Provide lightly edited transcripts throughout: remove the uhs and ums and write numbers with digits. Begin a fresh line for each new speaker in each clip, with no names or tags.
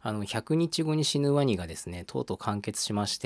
100日後に死ぬワニがですね、とうとう完結しまして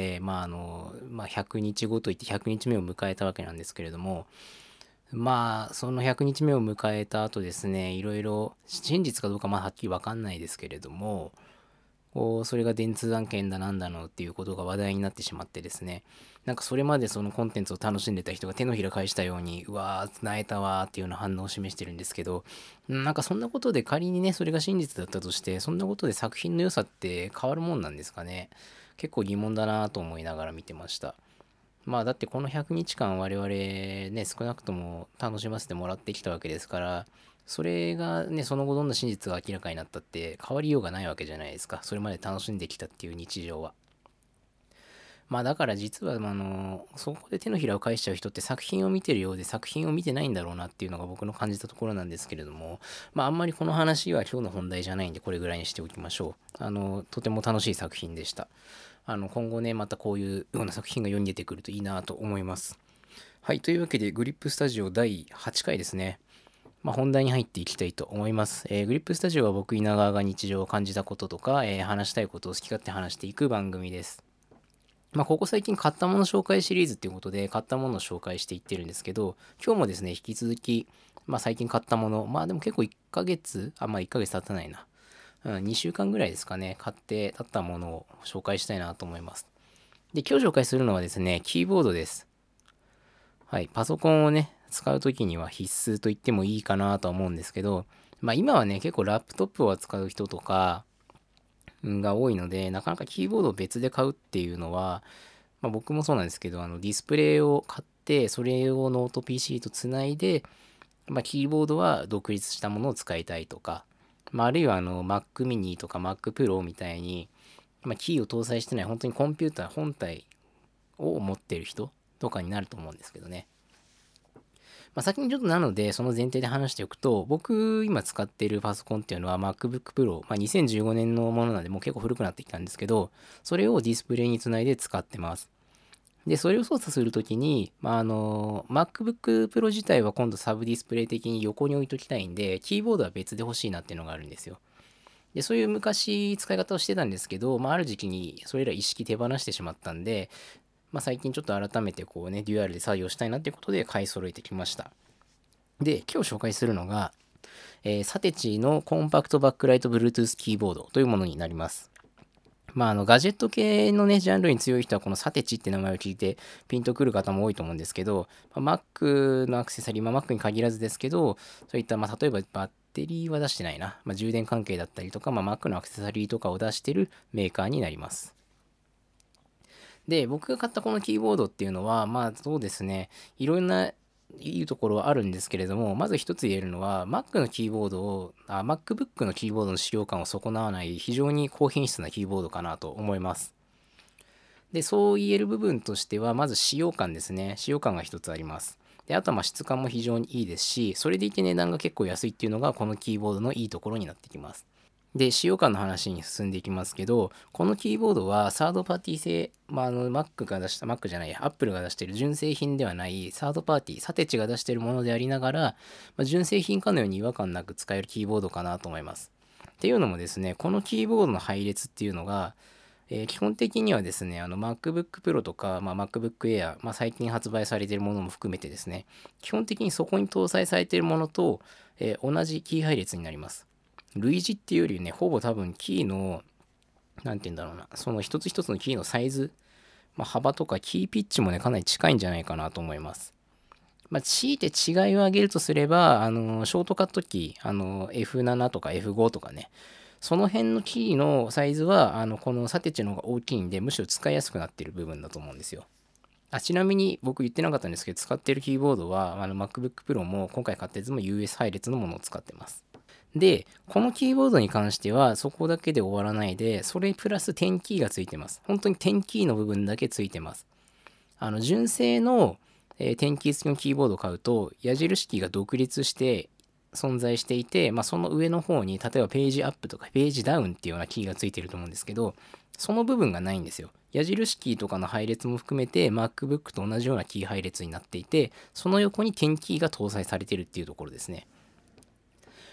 、100日後といって100日目を迎えたわけなんですけれども、その100日目を迎えた後ですね、いろいろ真実かどうかはっきりわかんないですけれども、それが電通案件だなんだのっていうことが話題になってしまってですね、なんかそれまでそのコンテンツを楽しんでた人が手のひら返したように、うわー、泣いたわーっていうような反応を示してるんですけど、なんかそんなことで仮にね、それが真実だったとして、そんなことで作品の良さって変わるもんなんですかね。結構疑問だなと思いながら見てました。だってこの100日間我々ね、少なくとも楽しませてもらってきたわけですから、それがね、その後どんな真実が明らかになったって変わりようがないわけじゃないですか。それまで楽しんできたっていう日常は。だから実は、そこで手のひらを返しちゃう人って作品を見てるようで作品を見てないんだろうなっていうのが僕の感じたところなんですけれども、あんまりこの話は今日の本題じゃないんでこれぐらいにしておきましょう。とても楽しい作品でした。今後ね、またこういうような作品が世に出てくるといいなと思います。はい、というわけで、グリップスタジオ第8回ですね。本題に入っていきたいと思います。グリップスタジオは僕、稲川が日常を感じたこととか、話したいことを好き勝手話していく番組です。ここ最近買ったもの紹介シリーズっていうことで、買ったものを紹介していってるんですけど、今日もですね、引き続き、最近買ったもの、でも結構1ヶ月、1ヶ月経たないな。2週間ぐらいですかね、買って経ったものを紹介したいなと思います。で、今日紹介するのはですね、キーボードです。はい、パソコンをね、使うときには必須と言ってもいいかなとは思うんですけど、今はね、結構ラップトップを扱う人とかが多いので、なかなかキーボードを別で買うっていうのは、僕もそうなんですけど、ディスプレイを買って、それをノート PC とつないで、キーボードは独立したものを使いたいとか、あるいはMac mini とか Mac Pro みたいに、キーを搭載してない本当にコンピューター本体を持ってる人とかになると思うんですけどね。先にちょっとなので、その前提で話しておくと、僕今使っているパソコンっていうのは MacBook Pro、2015年のものなんでもう結構古くなってきたんですけど、それをディスプレイにつないで使ってます。で、それを操作するときに、MacBook Pro 自体は今度サブディスプレイ的に横に置いときたいんで、キーボードは別で欲しいなっていうのがあるんですよ。で、そういう昔使い方をしてたんですけど、ある時期にそれら意識手放してしまったんで、最近ちょっと改めてこうね、デュアルで作業したいなっていうことで買い揃えてきました。で、今日紹介するのが、サテチのコンパクトバックライト Bluetooth キーボードというものになります。ガジェット系のね、ジャンルに強い人はこのサテチって名前を聞いてピンとくる方も多いと思うんですけど、Mac のアクセサリー、Mac に限らずですけど、そういった、例えばバッテリーは出してないな、充電関係だったりとか、Mac のアクセサリーとかを出してるメーカーになります。で、僕が買ったこのキーボードっていうのは、そうですね、いろんないいところはあるんですけれども、まず一つ言えるのは、Mac のキーボードを、MacBook のキーボードの使用感を損なわない非常に高品質なキーボードかなと思います。で、そう言える部分としては、まず使用感ですね。使用感が一つあります。で、あとは質感も非常にいいですし、それでいて値段が結構安いっていうのが、このキーボードのいいところになってきます。で、使用感の話に進んでいきますけど、このキーボードはサードパーティー製、Mac が出した、Mac じゃない、Apple が出している純正品ではないサードパーティー、サテチが出しているものでありながら、純正品かのように違和感なく使えるキーボードかなと思います。っていうのもですね、このキーボードの配列っていうのが、基本的にはですね、MacBook Pro とか、MacBook Air、最近発売されているものも含めてですね、基本的にそこに搭載されているものと、同じキー配列になります。類似っていうよりね、ほぼ多分キーの、なんて言うんだろうな、その一つ一つのキーのサイズ、幅とかキーピッチもね、かなり近いんじゃないかなと思います。強いて違いを挙げるとすれば、ショートカットキー、F7 とか F5 とかね、その辺のキーのサイズは、このサテチの方が大きいんで、むしろ使いやすくなっている部分だと思うんですよ。ちなみに僕言ってなかったんですけど、使っているキーボードは、MacBook Pro も今回買ったやつも US 配列のものを使ってます。で、このキーボードに関しては、そこだけで終わらないで、それプラス10キーがついてます。本当に10キーの部分だけついてます。純正の、10キー付きのキーボードを買うと、矢印キーが独立して存在していて、その上の方に、例えばページアップとかページダウンっていうようなキーがついてると思うんですけど、その部分がないんですよ。矢印キーとかの配列も含めて MacBook と同じようなキー配列になっていて、その横に10キーが搭載されてるっていうところですね。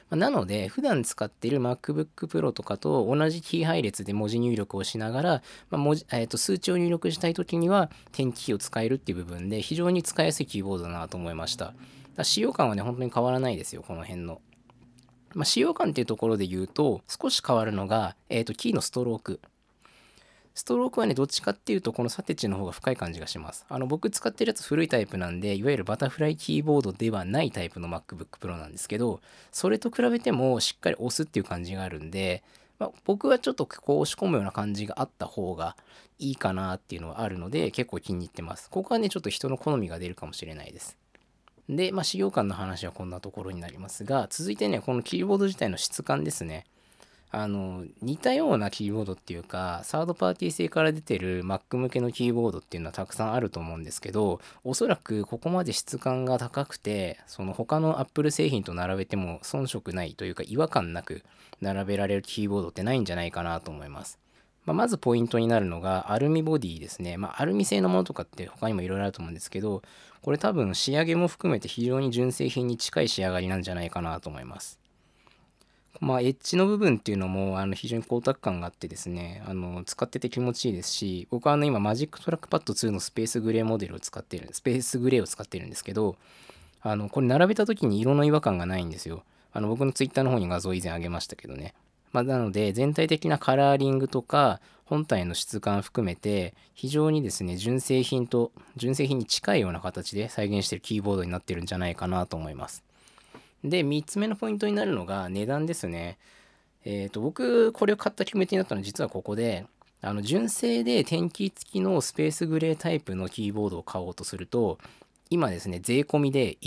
なので、普段使っている MacBook Pro とかと同じキー配列で文字入力をしながら、数値を入力したいときには、点キーを使えるっていう部分で、非常に使いやすいキーボードだなと思いました。使用感はね、本当に変わらないですよ、この辺の。使用感っていうところで言うと、少し変わるのが、キーのストローク。ストロークはね、どっちかっていうと、このサテチの方が深い感じがします。僕使ってるやつ古いタイプなんで、いわゆるバタフライキーボードではないタイプの MacBook Pro なんですけど、それと比べてもしっかり押すっていう感じがあるんで、僕はちょっとこう押し込むような感じがあった方がいいかなっていうのはあるので、結構気に入ってます。ここはね、ちょっと人の好みが出るかもしれないです。で、使用感の話はこんなところになりますが、続いてね、このキーボード自体の質感ですね。似たようなキーボードっていうか、サードパーティー製から出てる Mac 向けのキーボードっていうのはたくさんあると思うんですけど、おそらくここまで質感が高くて、その他の Apple 製品と並べても遜色ないというか違和感なく並べられるキーボードってないんじゃないかなと思います。まずポイントになるのがアルミボディですね。アルミ製のものとかって他にもいろいろあると思うんですけど、これ多分仕上げも含めて非常に純正品に近い仕上がりなんじゃないかなと思います。エッジの部分っていうのも非常に光沢感があってですね、使ってて気持ちいいですし、僕は今マジックトラックパッド2のスペースグレーモデルを使ってる、スペースグレーを使ってるんですけど、これ並べた時に色の違和感がないんですよ。僕のツイッターの方に画像以前あげましたけどね。なので、全体的なカラーリングとか、本体の質感含めて、非常にですね、純正品に近いような形で再現しているキーボードになってるんじゃないかなと思います。で、3つ目のポイントになるのが値段ですね。僕、これを買った決め手になったのは実はここで、純正で点キー付きのスペースグレータイプのキーボードを買おうとすると、今ですね、税込みで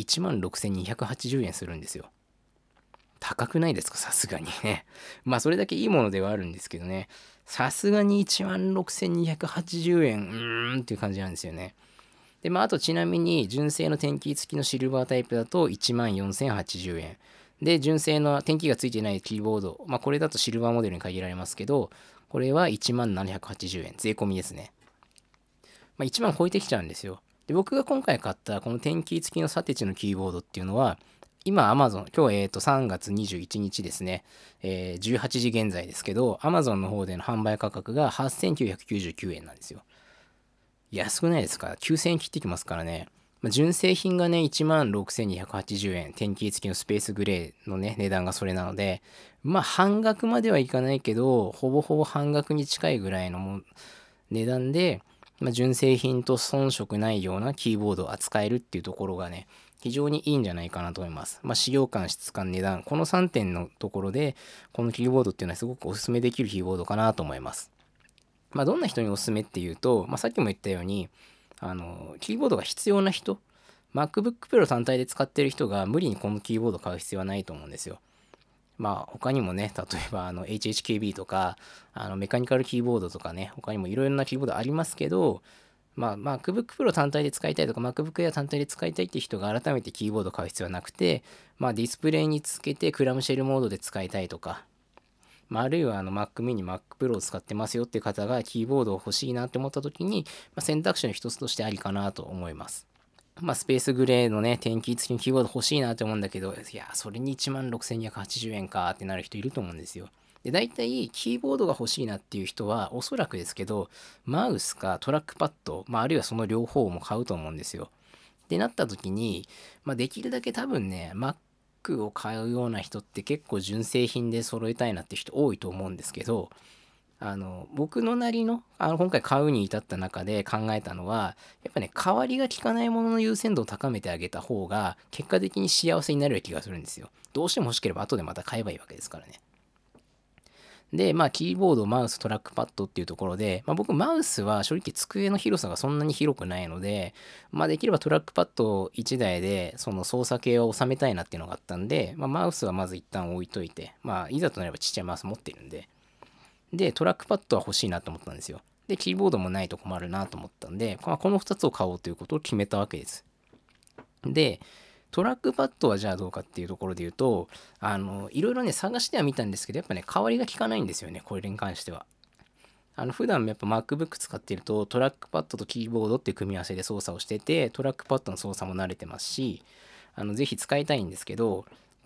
16,280円するんですよ。高くないですか、さすがにね。それだけいいものではあるんですけどね。さすがに16,280円、っていう感じなんですよね。で、あとちなみに、純正の点キー付きのシルバータイプだと14,080円。で、純正の点キーが付いてないキーボード、これだとシルバーモデルに限られますけど、これは1780円。税込みですね。1万超えてきちゃうんですよ。で、僕が今回買ったこの点キー付きのサテチのキーボードっていうのは、今 Amazon、今日3月21日ですね、18時現在ですけど、Amazon の方での販売価格が8999円なんですよ。安くないですか？ 9000 円切ってきますからね。純正品がね、16,280円、点キー付きのスペースグレーのね、値段がそれなので、半額まではいかないけど、ほぼほぼ半額に近いぐらいの値段で、純正品と遜色ないようなキーボードを扱えるっていうところがね、非常にいいんじゃないかなと思います。使用感、質感、値段、この3点のところで、このキーボードっていうのはすごくおすすめできるキーボードかなと思います。どんな人におすすめっていうと、さっきも言ったように、キーボードが必要な人、MacBook Pro 単体で使ってる人が無理にこのキーボードを買う必要はないと思うんですよ。他にもね、例えばHHKB とか、メカニカルキーボードとかね、他にもいろいろなキーボードありますけど、MacBook Pro 単体で使いたいとか、MacBook Air 単体で使いたいっていう人が改めてキーボードを買う必要はなくて、ディスプレイにつけてクラムシェルモードで使いたいとか、あるいはMac mini、Mac Pro を使ってますよっていう方がキーボードを欲しいなって思った時に、選択肢の一つとしてありかなと思います。スペースグレーのね、点キー付きのキーボード欲しいなって思うんだけど、いや、それに16,280円かってなる人いると思うんですよ。で、大体、キーボードが欲しいなっていう人は、おそらくですけど、マウスかトラックパッド、あるいはその両方も買うと思うんですよ。ってなった時に、できるだけ多分ね、Mac を買うような人って結構純正品で揃えたいなって人多いと思うんですけど、僕のなりの、今回買うに至った中で考えたのは、やっぱね、代わりが利かないものの優先度を高めてあげた方が、結果的に幸せになる気がするんですよ。どうしても欲しければ後でまた買えばいいわけですからね。で、キーボード、マウス、トラックパッドっていうところで、僕、マウスは正直机の広さがそんなに広くないので、できればトラックパッド1台で、その操作系を収めたいなっていうのがあったんで、マウスはまず一旦置いといて、いざとなればちっちゃいマウス持ってるんで、で、トラックパッドは欲しいなと思ったんですよ。で、キーボードもないと困るなと思ったんで、この2つを買おうということを決めたわけです。で、トラックパッドはじゃあどうかっていうところで言うと、いろいろね、探してはみたんですけど、やっぱね、代わりが効かないんですよね、これに関しては。普段やっぱ MacBook 使ってると、トラックパッドとキーボードっていう組み合わせで操作をしてて、トラックパッドの操作も慣れてますし、ぜひ使いたいんですけど、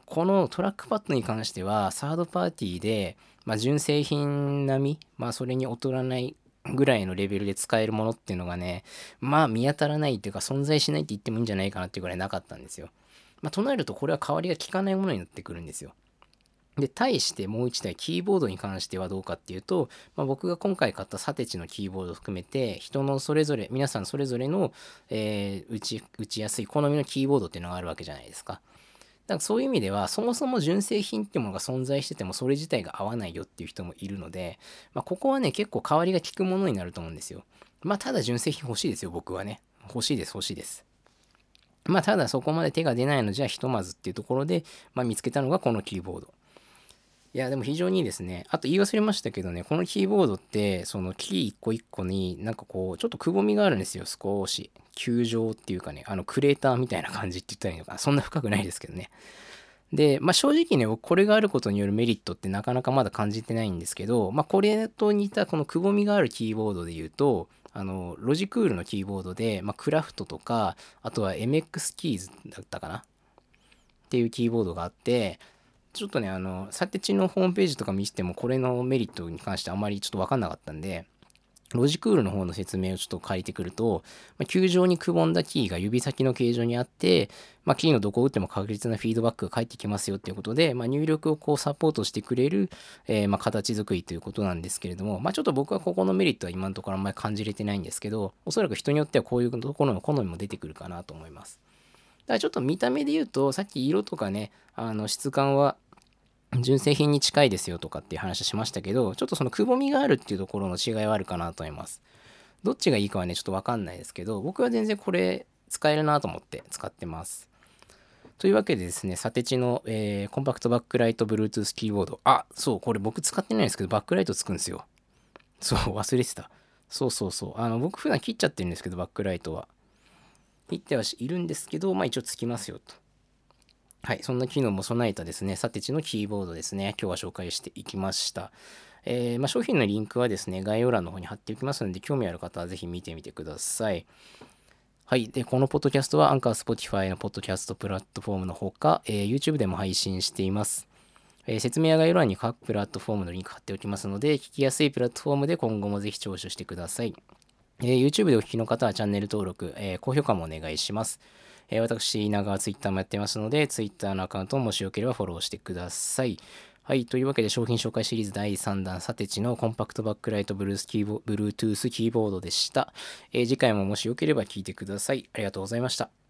このトラックパッドに関しては、サードパーティーで、純正品並み、それに劣らないぐらいのレベルで使えるものっていうのがね、見当たらないっていうか存在しないって言ってもいいんじゃないかなっていうぐらいなかったんですよ。となるとこれは代わりが効かないものになってくるんですよ。で、対してもう一台キーボードに関してはどうかっていうと、僕が今回買ったサテチのキーボードを含めて、人のそれぞれ、皆さんそれぞれの、打ちやすい好みのキーボードっていうのがあるわけじゃないですか。だからそういう意味では、そもそも純正品っていうものが存在してても、それ自体が合わないよっていう人もいるので、ここはね、結構代わりが効くものになると思うんですよ。ただ純正品欲しいですよ、僕はね。欲しいです、欲しいです。ただそこまで手が出ないのじゃひとまずっていうところで、見つけたのがこのキーボード。いや、でも非常にいいですね。あと言い忘れましたけどね、このキーボードって、そのキー一個一個になんかこう、ちょっとくぼみがあるんですよ、少し。球状っていうかね、クレーターみたいな感じって言ったらいいのかな。そんな深くないですけどね。で、正直ね、これがあることによるメリットってなかなかまだ感じてないんですけど、これと似たこのくぼみがあるキーボードで言うと、ロジクールのキーボードで、クラフトとか、あとは MX キーズだったかなっていうキーボードがあって、ちょっとね、サテチのホームページとか見せても、これのメリットに関してあまりちょっとわかんなかったんで、ロジクールの方の説明をちょっと借りてくると、球状にくぼんだキーが指先の形状にあって、キーのどこを打っても確実なフィードバックが返ってきますよっていうことで、入力をこうサポートしてくれる、形作りということなんですけれども、ちょっと僕はここのメリットは今のところあんまり感じれてないんですけど、おそらく人によってはこういうところの好みも出てくるかなと思います。だからちょっと見た目で言うと、さっき色とかね、質感は純正品に近いですよとかっていう話しましたけど、ちょっとそのくぼみがあるっていうところの違いはあるかなと思います。どっちがいいかはね、ちょっとわかんないですけど、僕は全然これ使えるなと思って使ってます。というわけでですね、サテチの、コンパクトバックライト Bluetooth キーボード。あ、そう、これ僕使ってないんですけど、バックライトつくんですよ。そう、忘れてた。そうそうそう。僕普段切っちゃってるんですけど、バックライトは。切ってはいるんですけど、一応つきますよと。はい、そんな機能も備えたですね、サテチのキーボードですね、今日は紹介していきました。商品のリンクはですね、概要欄の方に貼っておきますので、興味ある方はぜひ見てみてください。はい。で、このポッドキャストはアンカー、Spotify のポッドキャストプラットフォームのほか、YouTube でも配信しています。説明や概要欄に各プラットフォームのリンク貼っておきますので、聞きやすいプラットフォームで今後もぜひ聴取してください。YouTube でお聞きの方はチャンネル登録、高評価もお願いします。私、稲川 Twitter もやってますので、Twitter のアカウントももしよければフォローしてください。はい。というわけで、商品紹介シリーズ第3弾、サテチのコンパクトバックライト Bluetooth キーボードでした。次回ももしよければ聞いてください。ありがとうございました。